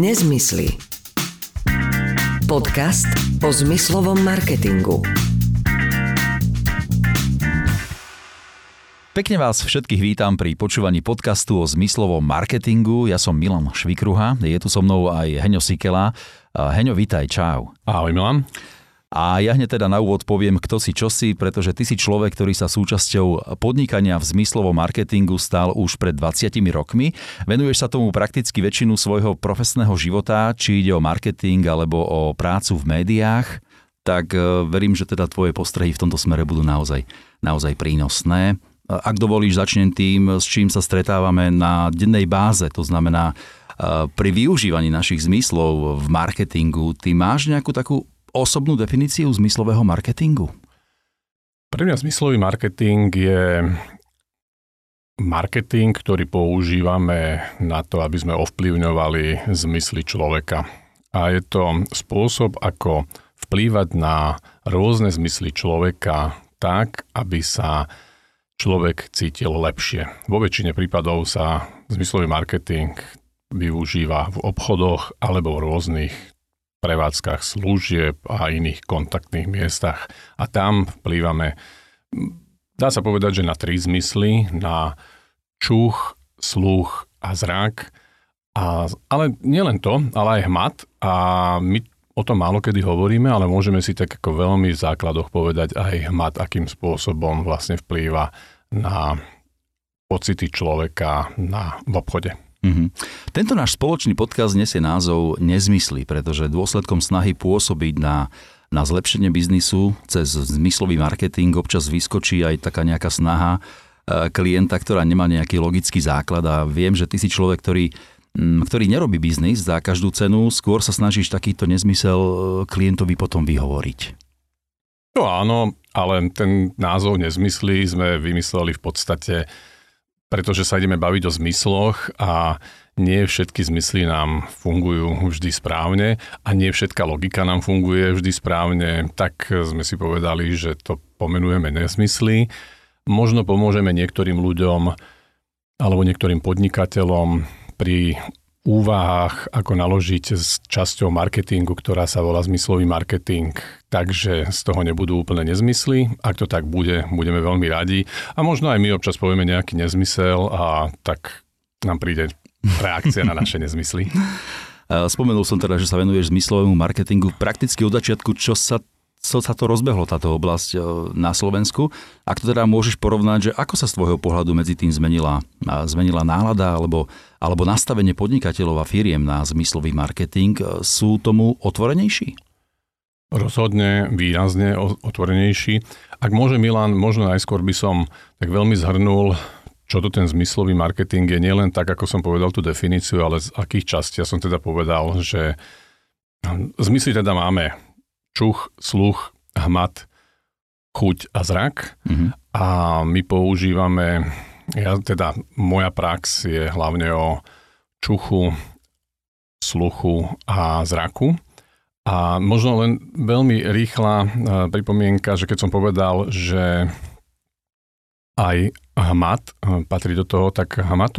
Nezmysly. Podcast o zmyslovom marketingu. Pekne vás všetkých vítam pri počúvaní podcastu o zmyslovom marketingu. Ja som Milan Švikruha, je tu so mnou aj Heňo Sikela. Heňo, vítaj, čau. Ahoj Milan. A ja hneď teda na úvod poviem, kto si čosi, pretože ty si človek, ktorý sa súčasťou podnikania v zmyslovom marketingu stal už pred 20 rokmi. Venuješ sa tomu prakticky väčšinu svojho profesného života, či ide o marketing alebo o prácu v médiách. Tak verím, že teda tvoje postrehy v tomto smere budú naozaj prínosné. Ak dovolíš, začnem tým, s čím sa stretávame na dennej báze, to znamená pri využívaní našich zmyslov v marketingu. Ty máš nejakú takú osobnú definíciu zmyslového marketingu? Pre mňa zmyslový marketing je marketing, ktorý používame na to, aby sme ovplyvňovali zmysly človeka. A je to spôsob, ako vplývať na rôzne zmysly človeka tak, aby sa človek cítil lepšie. Vo väčšine prípadov sa zmyslový marketing využíva v obchodoch alebo v rôznych prevádzkach služieb a iných kontaktných miestach. A tam vplývame, dá sa povedať, že na 3 zmysly, na čuch, sluch a zrak. Ale nielen to, ale aj hmat. A my o tom málo kedy hovoríme, ale môžeme si tak ako veľmi v základoch povedať aj hmat, akým spôsobom vlastne vplýva na pocity človeka v obchode. Tento náš spoločný podcast nesie názov Nezmysly, pretože dôsledkom snahy pôsobiť na zlepšenie biznisu cez zmyslový marketing občas vyskočí aj taká nejaká snaha klienta, ktorá nemá nejaký logický základ, a viem, že ty si človek, ktorý nerobí biznis za každú cenu, skôr sa snažíš takýto nezmysel klientovi potom vyhovoriť. No áno, ale ten názov Nezmysly sme vymysleli v podstate, pretože sa ideme baviť o zmysloch a nie všetky zmysly nám fungujú vždy správne a nie všetká logika nám funguje vždy správne, tak sme si povedali, že to pomenujeme nezmysly. Možno pomôžeme niektorým ľuďom alebo niektorým podnikateľom pri úvahách, ako naložiť s časťou marketingu, ktorá sa volá zmyslový marketing, takže z toho nebudú úplne nezmysly. Ak to tak bude, budeme veľmi radi. A možno aj my občas povieme nejaký nezmysel a tak nám príde reakcia na naše nezmysly. Spomenul som teda, že sa venuješ zmyslovému marketingu prakticky od začiatku, čo sa to rozbehlo, táto oblasť na Slovensku. Ak to teda môžeš porovnať, že ako sa z tvojho pohľadu medzi tým zmenila nálada alebo nastavenie podnikateľov a firiem na zmyslový marketing, sú tomu otvorenejší? Rozhodne výrazne otvorenejší. Ak môže, Milan, možno najskôr by som tak veľmi zhrnul, čo to ten zmyslový marketing je, nielen tak, ako som povedal tú definíciu, ale z akých častí. Ja som teda povedal, že zmysly teda máme čuch, sluch, hmat, chuť a zrak. A my používame, moja prax je hlavne o čuchu, sluchu a zraku. A možno len veľmi rýchla pripomienka, že keď som povedal, že aj hmat patrí do toho, tak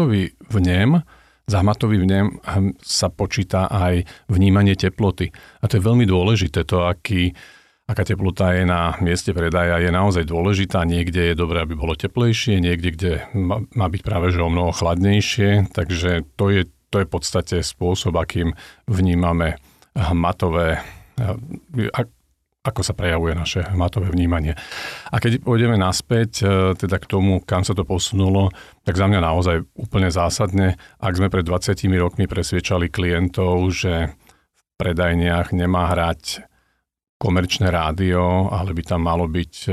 za hmatový vnem sa počíta aj vnímanie teploty. A to je veľmi dôležité. To, aká teplota je na mieste predaja, je naozaj dôležitá. Niekde je dobré, aby bolo teplejšie, niekde, kde má byť práve že o mnoho chladnejšie. Takže to je v podstate spôsob, akým vnímame hmatové, ako sa prejavuje naše hmatové vnímanie. A keď pôjdeme naspäť teda k tomu, kam sa to posunulo, tak za mňa naozaj úplne zásadne, ak sme pred 20 rokmi presviečali klientov, že v predajniach nemá hrať komerčné rádio, ale mala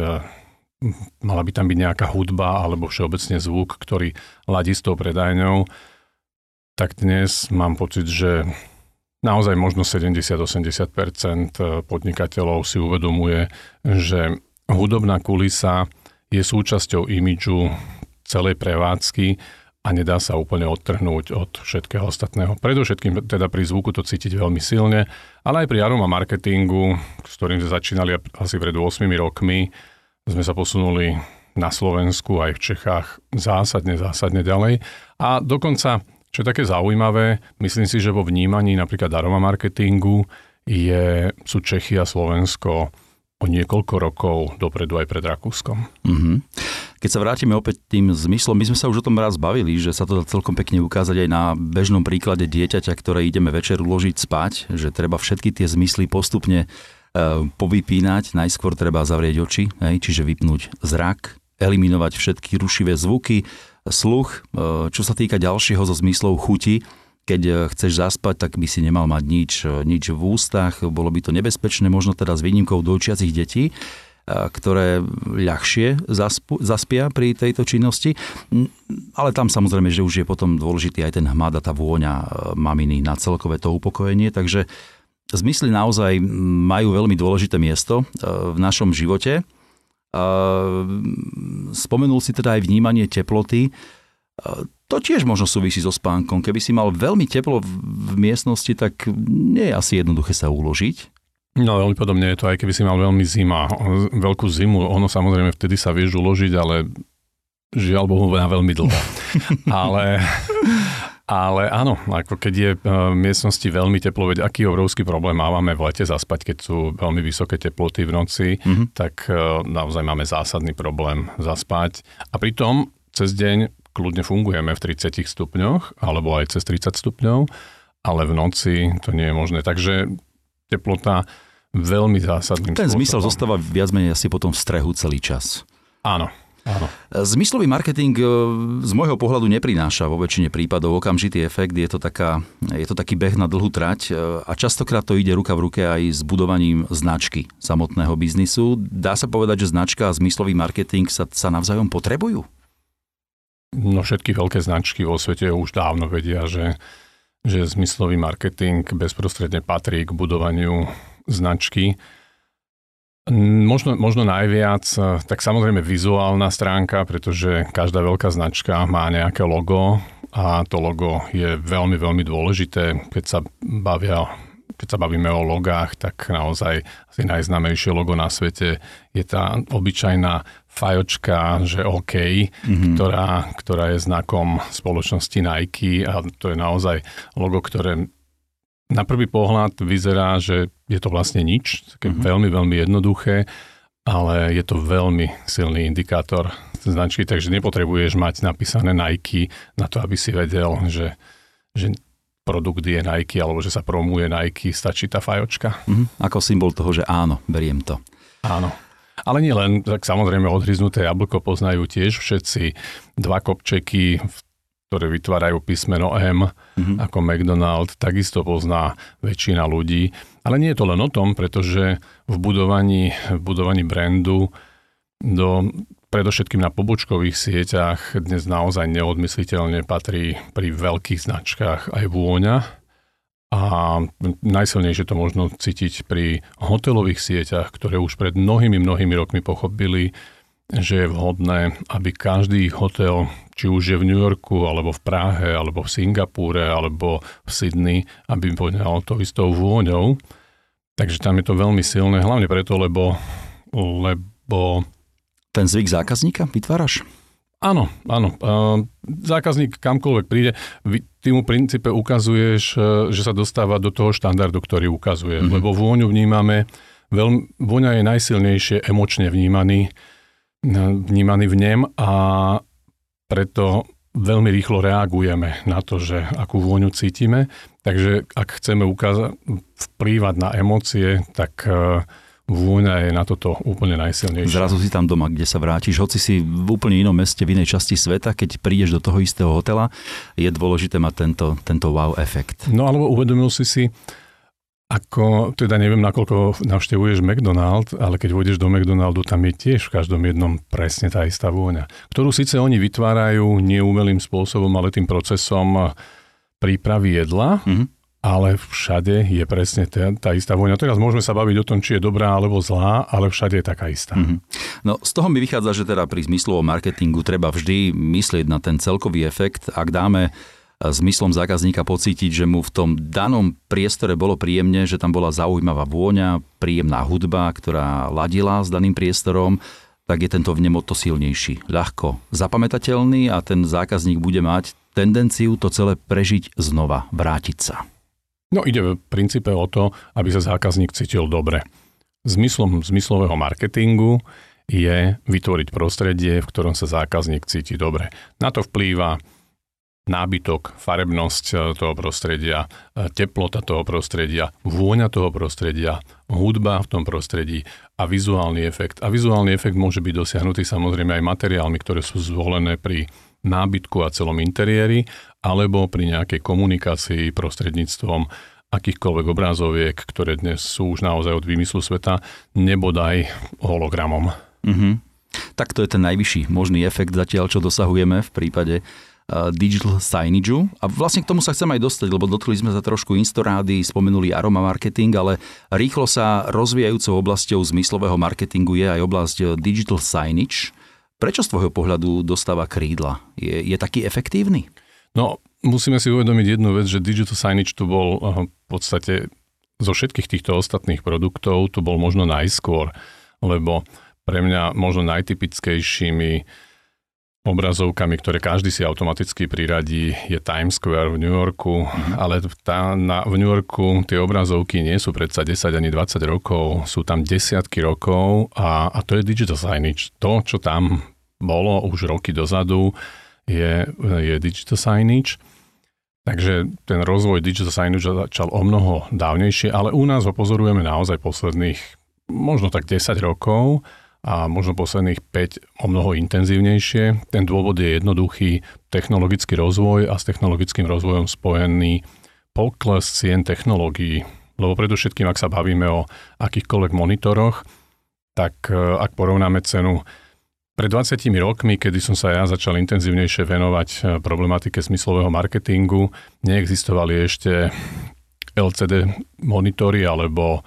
by tam byť nejaká hudba alebo všeobecne zvuk, ktorý ladí s tou predajňou, tak dnes mám pocit, že naozaj možno 70-80% podnikateľov si uvedomuje, že hudobná kulisa je súčasťou imidžu celej prevádzky a nedá sa úplne odtrhnúť od všetkého ostatného. Predovšetkým teda pri zvuku to cítiť veľmi silne, ale aj pri aroma marketingu, s ktorým sme začínali asi pred 8 rokmi, sme sa posunuli na Slovensku aj v Čechách zásadne ďalej. A dokonca Čo je také zaujímavé, myslím si, že vo vnímaní napríklad aroma marketingu sú Čechy a Slovensko o niekoľko rokov dopredu aj pred Rakúskom. Mm-hmm. Keď sa vrátime opäť tým zmyslom, my sme sa už o tom raz bavili, že sa to dá celkom pekne ukázať aj na bežnom príklade dieťaťa, ktoré ideme večer uložiť spať, že treba všetky tie zmysly postupne povypínať. Najskôr treba zavrieť oči, čiže vypnúť zrak, eliminovať všetky rušivé zvuky, sluch. Čo sa týka ďalšieho zo zmyslov chuti, keď chceš zaspať, tak by si nemal mať nič v ústach, bolo by to nebezpečné, možno teda s výnimkou dojčiacich detí, ktoré ľahšie zaspia pri tejto činnosti. Ale tam samozrejme, že už je potom dôležitý aj ten hmad a tá vôňa maminy na celkové to upokojenie. Takže zmysly naozaj majú veľmi dôležité miesto v našom živote. Spomenul si teda aj vnímanie teploty. To tiež možno súvisí so spánkom. Keby si mal veľmi teplo v miestnosti, tak nie je asi jednoduché sa uložiť. No veľmi podobne je to, aj keby si mal veľkú zimu, ono samozrejme vtedy sa vieš uložiť, ale žiaľ Bohu na veľmi dlho. ale áno, ako keď je v miestnosti veľmi teplo, veď aký obrovský problém máme v lete zaspať, keď sú veľmi vysoké teploty v noci, tak naozaj máme zásadný problém zaspať. A pritom cez deň kľudne fungujeme v 30 stupňoch, alebo aj cez 30 stupňov, ale v noci to nie je možné. Takže teplota veľmi zásadným spôsobom. Ten zmysel zostáva viac menej asi potom v strehu celý čas. Áno. Zmyslový marketing z môjho pohľadu neprináša vo väčšine prípadov okamžitý efekt. Je to taký beh na dlhú trať a častokrát to ide ruka v ruke aj s budovaním značky samotného biznisu. Dá sa povedať, že značka a zmyslový marketing sa navzájom potrebujú? No všetky veľké značky vo svete už dávno vedia, že zmyslový marketing bezprostredne patrí k budovaniu značky. Možno najviac, tak samozrejme vizuálna stránka, pretože každá veľká značka má nejaké logo a to logo je veľmi, veľmi dôležité. Keď sa bavíme o logách, tak naozaj asi najznámejšie logo na svete je tá obyčajná fajočka, že OK, ktorá je znakom spoločnosti Nike a to je naozaj logo, ktoré na prvý pohľad vyzerá, že je to vlastne nič, také veľmi, veľmi jednoduché, ale je to veľmi silný indikátor značky, takže nepotrebuješ mať napísané Nike na to, aby si vedel, že produkt je Nike alebo že sa promuje Nike, stačí tá fajočka. Ako symbol toho, že áno, beriem to. Áno. Ale nie len, tak samozrejme odhryznuté jablko poznajú tiež všetci, 2 kopčeky, ktoré vytvárajú písmeno M, ako McDonald, takisto pozná väčšina ľudí. Ale nie je to len o tom, pretože v budovaní brandu predovšetkým na pobočkových sieťach dnes naozaj neodmysliteľne patrí pri veľkých značkách aj vôňa. A najsilnejšie to možno cítiť pri hotelových sieťach, ktoré už pred mnohými rokmi pochopili, že je vhodné, aby každý hotel, či už je v New Yorku, alebo v Prahe, alebo v Singapúre, alebo v Sydney, aby voňal to istou vôňou. Takže tam je to veľmi silné, hlavne preto, lebo ten zvyk zákazníka vytváraš? Áno. Zákazník kamkoľvek príde, ty mu v princípe ukazuješ, že sa dostáva do toho štandardu, ktorý ukazuje. Lebo vôňu vnímame, vôňa je najsilnejšie emočne vnímaný v nem a preto veľmi rýchlo reagujeme na to, že akú vôňu cítime. Takže ak chceme vplývať na emócie, tak vôňa je na toto úplne najsilnejšia. Zrazu si tam doma, kde sa vrátiš, hoci si v úplne inom meste, v inej časti sveta, keď prídeš do toho istého hotela, je dôležité mať tento wow efekt. No alebo uvedomil si, ako, teda neviem, nakoľko navštevuješ McDonald, ale keď vôjdeš do McDonaldu, tam je tiež v každom jednom presne tá istá vôňa, ktorú síce oni vytvárajú nie umelým spôsobom, ale tým procesom prípravy jedla, ale všade je presne tá istá vôňa. Teraz môžeme sa baviť o tom, či je dobrá alebo zlá, ale všade je taká istá. No z toho mi vychádza, že teda pri zmyslovom marketingu treba vždy myslieť na ten celkový efekt. Ak dáme zmyslom zákazníka pocítiť, že mu v tom danom priestore bolo príjemne, že tam bola zaujímavá vôňa, príjemná hudba, ktorá ladila s daným priestorom, tak je tento vnem o to silnejší. Ľahko zapamätateľný a ten zákazník bude mať tendenciu to celé prežiť znova, vrátiť sa. No ide v princípe o to, aby sa zákazník cítil dobre. Zmyslom zmyslového marketingu je vytvoriť prostredie, v ktorom sa zákazník cíti dobre. Na to vplýva nábytok, farebnosť toho prostredia, teplota toho prostredia, vôňa toho prostredia, hudba v tom prostredí a vizuálny efekt. A vizuálny efekt môže byť dosiahnutý samozrejme aj materiálmi, ktoré sú zvolené pri nábytku a celom interiéri, alebo pri nejakej komunikácii prostredníctvom akýchkoľvek obrázoviek, ktoré dnes sú už naozaj od výmyslu sveta, nebodaj hologramom. Tak to je ten najvyšší možný efekt zatiaľ, čo dosahujeme v prípade digital signage. A vlastne k tomu sa chcem aj dostať, lebo dotkli sme sa trošku Instorády, spomenuli aroma marketing, ale rýchlo sa rozvíjajúcou oblasťou zmyslového marketingu je aj oblasť digital signage. Prečo z tvojho pohľadu dostáva krídla? Je taký efektívny? No, musíme si uvedomiť jednu vec, že digital signage tu bol v podstate zo všetkých týchto ostatných produktov, tu bol možno najskôr, lebo pre mňa možno najtypickejšími obrazovkami, ktoré každý si automaticky priradí, je Times Square v New Yorku, ale v New Yorku tie obrazovky nie sú predsa 10 ani 20 rokov, sú tam desiatky rokov a to je digital signage. To, čo tam bolo už roky dozadu, je digital signage. Takže ten rozvoj digital signage začal o mnoho dávnejšie, ale u nás ho pozorujeme naozaj posledných možno tak 10 rokov, a možno posledných 5 o mnoho intenzívnejšie. Ten dôvod je jednoduchý, technologický rozvoj a s technologickým rozvojom spojený pokles cien technológií. Lebo predovšetkým, ak sa bavíme o akýchkoľvek monitoroch, tak ak porovnáme cenu pred 20 rokmi, kedy som sa ja začal intenzívnejšie venovať problematike zmyslového marketingu, neexistovali ešte LCD monitory alebo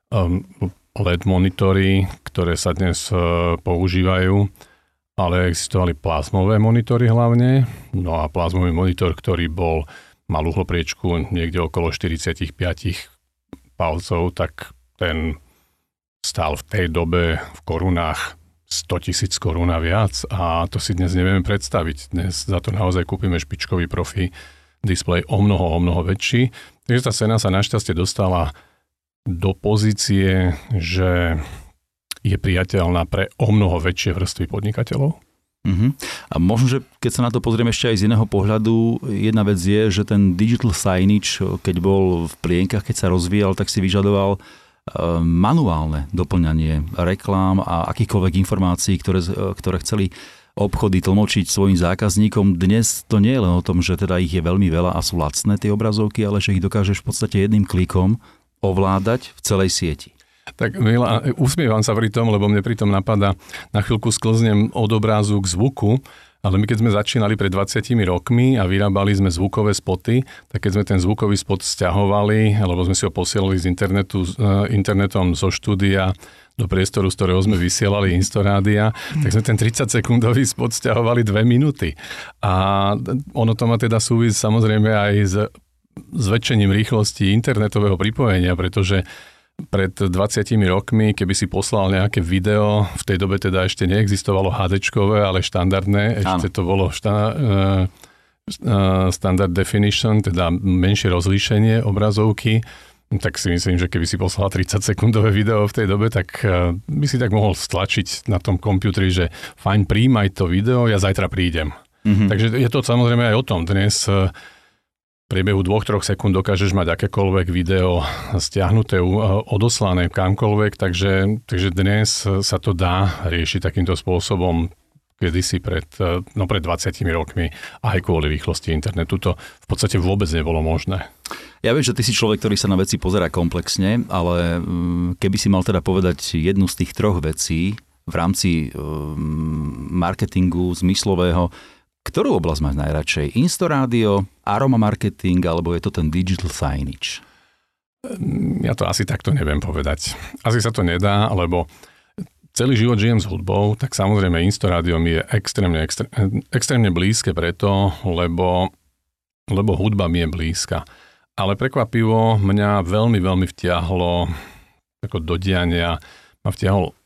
LED monitory, ktoré sa dnes používajú, ale existovali plazmové monitory hlavne. No a plazmový monitor, ktorý mal uhlopriečku niekde okolo 45 palcov, tak ten stál v tej dobe v korunách 100 000 korún a viac a to si dnes nevieme predstaviť. Dnes za to naozaj kúpime špičkový profi displej o mnoho väčší. Takže tá cena sa našťastie dostala do pozície, že je priateľná pre o mnoho väčšie vrstvy podnikateľov. A možno, že keď sa na to pozrieme ešte aj z iného pohľadu, jedna vec je, že ten digital signage, keď bol v plienkach, keď sa rozvíjal, tak si vyžadoval manuálne doplňanie reklám a akýchkoľvek informácií, ktoré chceli obchody tlmočiť svojim zákazníkom. Dnes to nie je len o tom, že teda ich je veľmi veľa a sú lacné tie obrazovky, ale že ich dokážeš v podstate jedným klikom ovládať v celej sieti. Tak usmievam sa pri tom, lebo mne pri tom napadá, na chvíľku sklznem od obrazu k zvuku, ale my keď sme začínali pred 20 rokmi a vyrábali sme zvukové spoty, tak keď sme ten zvukový spot sťahovali, alebo sme si ho posielali z internetom zo štúdia do priestoru, z ktorého sme vysielali Instorádia, tak sme ten 30-sekundový spot sťahovali 2 minúty. A ono to má teda súvisť samozrejme aj s zväčšením rýchlosti internetového pripojenia, pretože pred 20 rokmi, keby si poslal nejaké video, v tej dobe teda ešte neexistovalo HDčkové, ale štandardné, ešte to bolo standard definition, teda menšie rozlíšenie obrazovky, tak si myslím, že keby si poslal 30-sekundové video v tej dobe, tak by si tak mohol stlačiť na tom komputeri, že fajn, príjmaj to video, ja zajtra prídem. Takže je to samozrejme aj o tom. Dnes v priebehu 2-3 sekúnd dokážeš mať akékoľvek video stiahnuté, odoslané kamkoľvek, takže dnes sa to dá riešiť takýmto spôsobom, kedysi pred 20 rokmi aj kvôli rýchlosti internetu to v podstate vôbec nebolo možné. Ja viem, že ty si človek, ktorý sa na veci pozerá komplexne, ale keby si mal teda povedať jednu z tých 3 vecí v rámci marketingu zmyslového, ktorú oblasť máš najradšej? Instorádio, aroma marketing, alebo je to ten digital signage? Ja to asi takto neviem povedať. Asi sa to nedá, lebo celý život žijem s hudbou, tak samozrejme Instorádio mi je extrémne blízke preto, lebo hudba mi je blízka. Ale prekvapivo mňa veľmi, veľmi vtiahlo do diania, ma vtiahol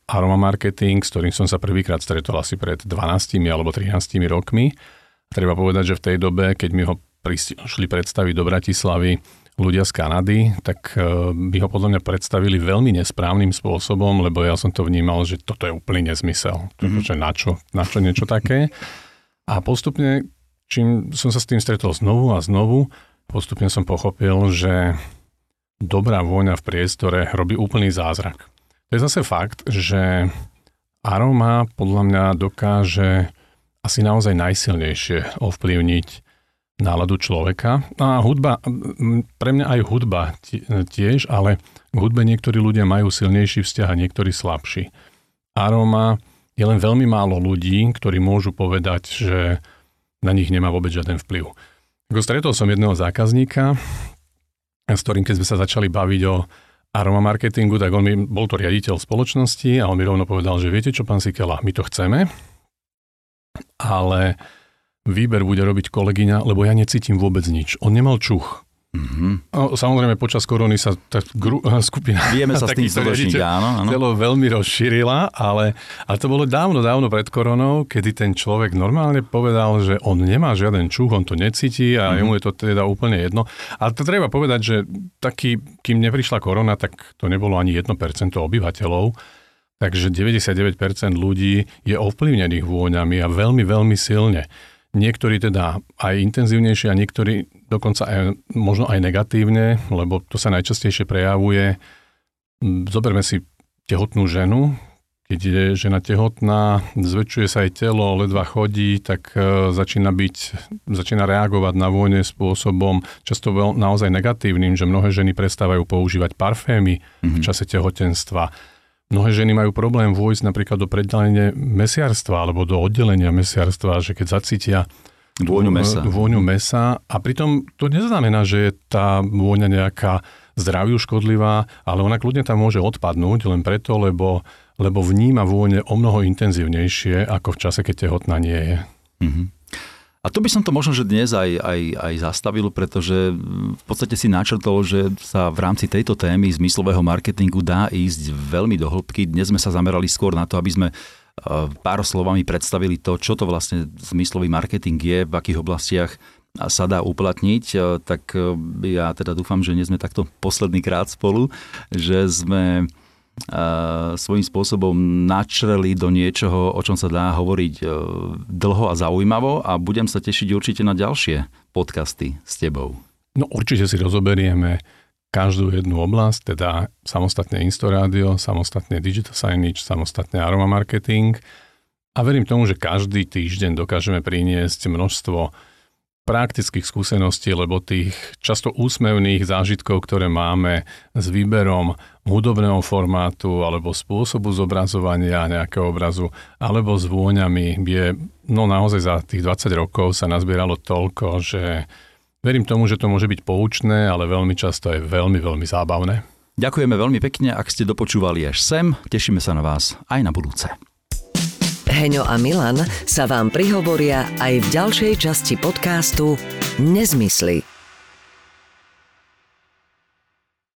Aroma Marketing, s ktorým som sa prvýkrát stretol asi pred 12 alebo 13 rokmi. Treba povedať, že v tej dobe, keď mi ho šli predstaviť do Bratislavy ľudia z Kanady, tak by ho podľa mňa predstavili veľmi nesprávnym spôsobom, lebo ja som to vnímal, že toto je úplný nezmysel. Že na čo niečo také. A postupne, čím som sa s tým stretol znovu a znovu, postupne som pochopil, že dobrá vôňa v priestore robí úplný zázrak. To je zase fakt, že aroma podľa mňa dokáže asi naozaj najsilnejšie ovplyvniť náladu človeka. A hudba, pre mňa aj hudba tiež, ale k hudbe niektorí ľudia majú silnejší vzťah a niektorí slabší. Aroma je len veľmi málo ľudí, ktorí môžu povedať, že na nich nemá vôbec žiaden vplyv. Stretol som jedného zákazníka, s ktorým, keď sme sa začali baviť o aroma marketingu, tak bol to riaditeľ spoločnosti a on mi rovno povedal, že viete čo, pán Sikela, my to chceme, ale výber bude robiť kolegyňa, lebo ja necítim vôbec nič. On nemal čuch. Mm-hmm. Samozrejme, počas korony sa tá skupina vieme sa s tým stotožniť, áno. Veľmi rozšírila, ale to bolo dávno pred koronou, kedy ten človek normálne povedal, že on nemá žiaden čuch, on to necíti a jemu je to teda úplne jedno. Ale to treba povedať, že taký, kým neprišla korona, tak to nebolo ani 1% obyvateľov, takže 99% ľudí je ovplyvnených vôňami a veľmi, veľmi silne. Niektorí teda aj intenzívnejšie a niektorí dokonca aj, možno aj negatívne, lebo to sa najčastejšie prejavuje. Zoberme si tehotnú ženu. Keď je žena tehotná, zväčšuje sa jej telo, ledva chodí, tak začína reagovať na vône spôsobom často naozaj negatívnym, že mnohé ženy prestávajú používať parfémy v čase tehotenstva. Mnohé ženy majú problém vojsť napríklad do preddelenia mesiarstva alebo do oddelenia mesiarstva, že keď zacítia vôňu mesa a pritom to neznamená, že je tá vôňa nejaká zdraviu škodlivá, ale ona kľudne tam môže odpadnúť len preto, lebo vníma vône o mnoho intenzívnejšie ako v čase, keď tehotná nie je. Mm-hmm. A to by som to možno, že dnes aj zastavil, pretože v podstate si načrtol, že sa v rámci tejto témy zmyslového marketingu dá ísť veľmi do hĺbky. Dnes sme sa zamerali skôr na to, aby sme pár slovami predstavili to, čo to vlastne zmyslový marketing je, v akých oblastiach sa dá uplatniť. Tak ja teda dúfam, že nie sme takto posledný krát spolu, že sme svojím spôsobom načreli do niečoho, o čom sa dá hovoriť dlho a zaujímavo a budem sa tešiť určite na ďalšie podcasty s tebou. No určite si rozoberieme každú jednu oblasť, teda samostatne Instorádio, samostatne Digital Signage, samostatne Aroma Marketing a verím tomu, že každý týždeň dokážeme priniesť množstvo praktických skúseností, lebo tých často úsmevných zážitkov, ktoré máme s výberom hudobného formátu alebo spôsobu zobrazovania nejakého obrazu alebo s vôňami je, naozaj za tých 20 rokov sa nazbieralo toľko, že verím tomu, že to môže byť poučné, ale veľmi často je veľmi, veľmi zábavné. Ďakujeme veľmi pekne, ak ste dopočúvali až sem. Tešíme sa na vás aj na budúce. Heňo a Milan sa vám prihovoria aj v ďalšej časti podcastu Nezmysly.